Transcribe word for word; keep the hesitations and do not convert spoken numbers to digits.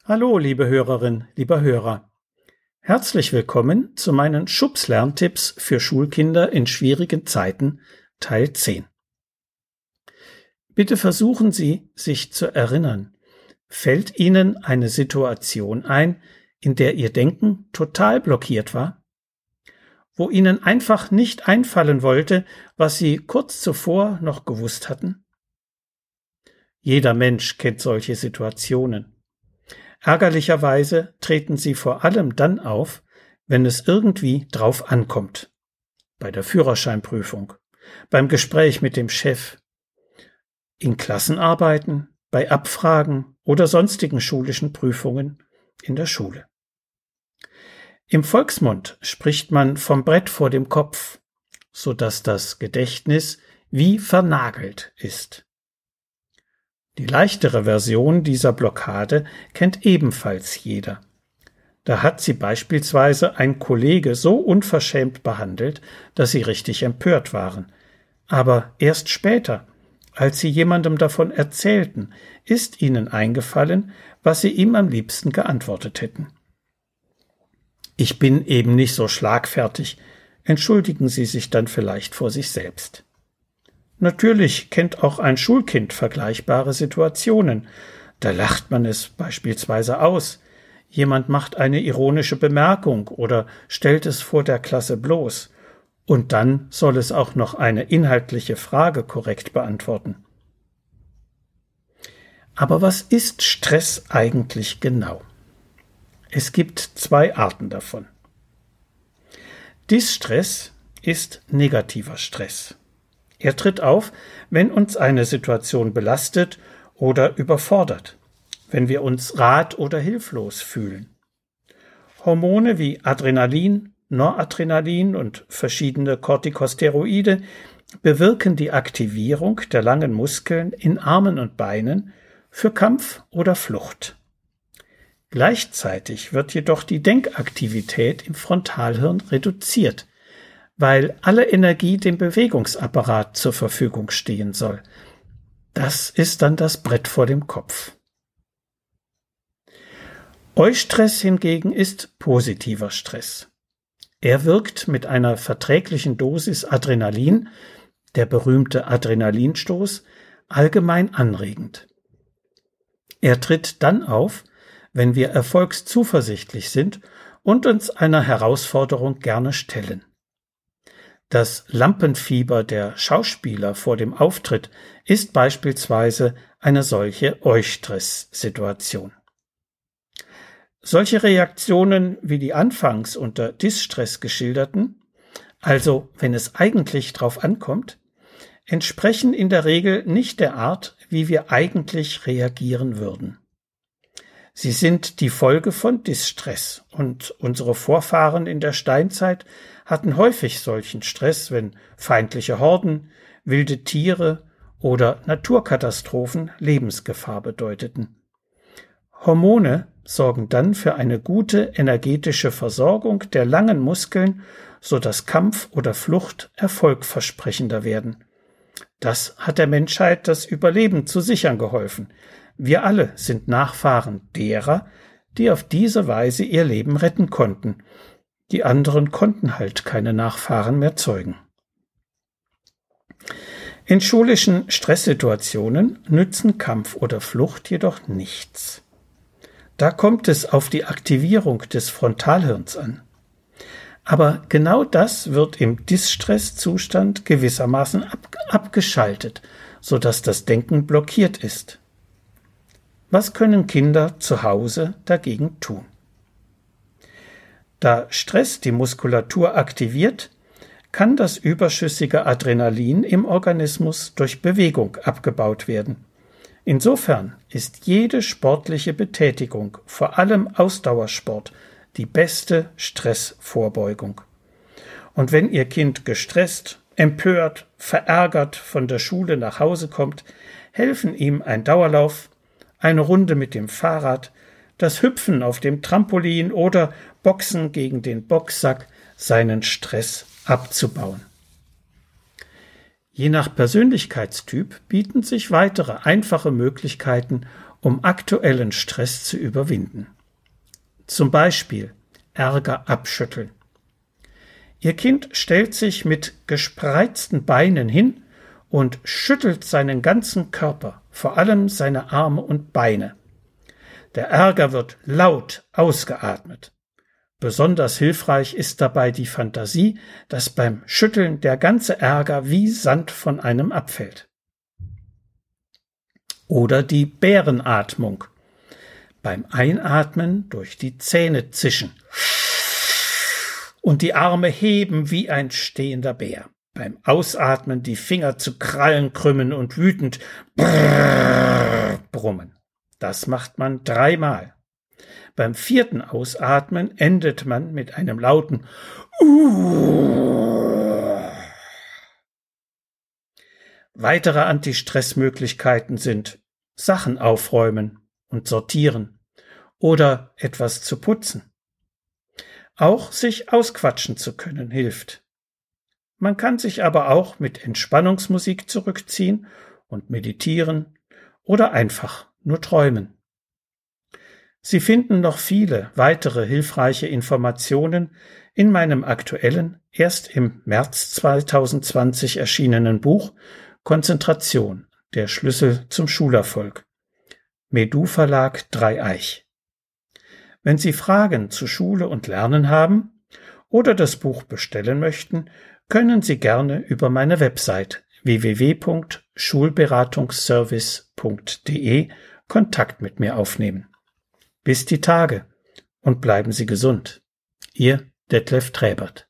Hallo, liebe Hörerin, lieber Hörer. Herzlich willkommen zu meinen Schubs-Lerntipps für Schulkinder in schwierigen Zeiten, Teil zehn. Bitte versuchen Sie, sich zu erinnern. Fällt Ihnen eine Situation ein, in der Ihr Denken total blockiert war? Wo Ihnen einfach nicht einfallen wollte, was Sie kurz zuvor noch gewusst hatten? Jeder Mensch kennt solche Situationen. Ärgerlicherweise treten sie vor allem dann auf, wenn es irgendwie drauf ankommt. Bei der Führerscheinprüfung, beim Gespräch mit dem Chef, in Klassenarbeiten, bei Abfragen oder sonstigen schulischen Prüfungen in der Schule. Im Volksmund spricht man vom Brett vor dem Kopf, so dass das Gedächtnis wie vernagelt ist. Die leichtere Version dieser Blockade kennt ebenfalls jeder. Da hat sie beispielsweise ein Kollege so unverschämt behandelt, dass sie richtig empört waren. Aber erst später, als sie jemandem davon erzählten, ist ihnen eingefallen, was sie ihm am liebsten geantwortet hätten. Ich bin eben nicht so schlagfertig, entschuldigen Sie sich dann vielleicht vor sich selbst. Natürlich kennt auch ein Schulkind vergleichbare Situationen. Da lacht man es beispielsweise aus. Jemand macht eine ironische Bemerkung oder stellt es vor der Klasse bloß. Und dann soll es auch noch eine inhaltliche Frage korrekt beantworten. Aber was ist Stress eigentlich genau? Es gibt zwei Arten davon. Distress ist negativer Stress. Er tritt auf, wenn uns eine Situation belastet oder überfordert, wenn wir uns rat- oder hilflos fühlen. Hormone wie Adrenalin, Noradrenalin und verschiedene Corticosteroide bewirken die Aktivierung der langen Muskeln in Armen und Beinen für Kampf oder Flucht. Gleichzeitig wird jedoch die Denkaktivität im Frontalhirn reduziert, weil alle Energie dem Bewegungsapparat zur Verfügung stehen soll. Das ist dann das Brett vor dem Kopf. Eustress hingegen ist positiver Stress. Er wirkt mit einer verträglichen Dosis Adrenalin, der berühmte Adrenalinstoß, allgemein anregend. Er tritt dann auf, wenn wir erfolgszuversichtlich sind und uns einer Herausforderung gerne stellen. Das Lampenfieber der Schauspieler vor dem Auftritt ist beispielsweise eine solche Eustress-Situation. Solche Reaktionen wie die anfangs unter Distress geschilderten, also wenn es eigentlich drauf ankommt, entsprechen in der Regel nicht der Art, wie wir eigentlich reagieren würden. Sie sind die Folge von Distress und unsere Vorfahren in der Steinzeit hatten häufig solchen Stress, wenn feindliche Horden, wilde Tiere oder Naturkatastrophen Lebensgefahr bedeuteten. Hormone sorgen dann für eine gute energetische Versorgung der langen Muskeln, sodass Kampf oder Flucht erfolgversprechender werden. Das hat der Menschheit das Überleben zu sichern geholfen. Wir alle sind Nachfahren derer, die auf diese Weise ihr Leben retten konnten. Die anderen konnten halt keine Nachfahren mehr zeugen. In schulischen Stresssituationen nützen Kampf oder Flucht jedoch nichts. Da kommt es auf die Aktivierung des Frontalhirns an. Aber genau das wird im Distresszustand gewissermaßen ab- abgeschaltet, sodass das Denken blockiert ist. Was können Kinder zu Hause dagegen tun? Da Stress die Muskulatur aktiviert, kann das überschüssige Adrenalin im Organismus durch Bewegung abgebaut werden. Insofern ist jede sportliche Betätigung, vor allem Ausdauersport, die beste Stressvorbeugung. Und wenn Ihr Kind gestresst, empört, verärgert von der Schule nach Hause kommt, helfen ihm ein Dauerlauf, eine Runde mit dem Fahrrad, das Hüpfen auf dem Trampolin oder Boxen gegen den Boxsack, seinen Stress abzubauen. Je nach Persönlichkeitstyp bieten sich weitere einfache Möglichkeiten, um aktuellen Stress zu überwinden. Zum Beispiel Ärger abschütteln. Ihr Kind stellt sich mit gespreizten Beinen hin und schüttelt seinen ganzen Körper, vor allem seine Arme und Beine. Der Ärger wird laut ausgeatmet. Besonders hilfreich ist dabei die Fantasie, dass beim Schütteln der ganze Ärger wie Sand von einem abfällt. Oder die Bärenatmung. Beim Einatmen durch die Zähne zischen und die Arme heben wie ein stehender Bär. Beim Ausatmen die Finger zu Krallen krümmen und wütend brummen. Das macht man dreimal. Beim vierten Ausatmen endet man mit einem lauten Uh. Weitere Anti-Stress-Möglichkeiten sind Sachen aufräumen und sortieren oder etwas zu putzen. Auch sich ausquatschen zu können hilft. Man kann sich aber auch mit Entspannungsmusik zurückziehen und meditieren oder einfach nur träumen. Sie finden noch viele weitere hilfreiche Informationen in meinem aktuellen, erst im März zweitausendzwanzig erschienenen Buch Konzentration, der Schlüssel zum Schulerfolg. Medu Verlag Dreieich. Wenn Sie Fragen zu Schule und Lernen haben oder das Buch bestellen möchten, können Sie gerne über meine Website w w w punkt schulberatungsservice punkt d e Kontakt mit mir aufnehmen. Bis die Tage und bleiben Sie gesund. Ihr Detlef Träbert.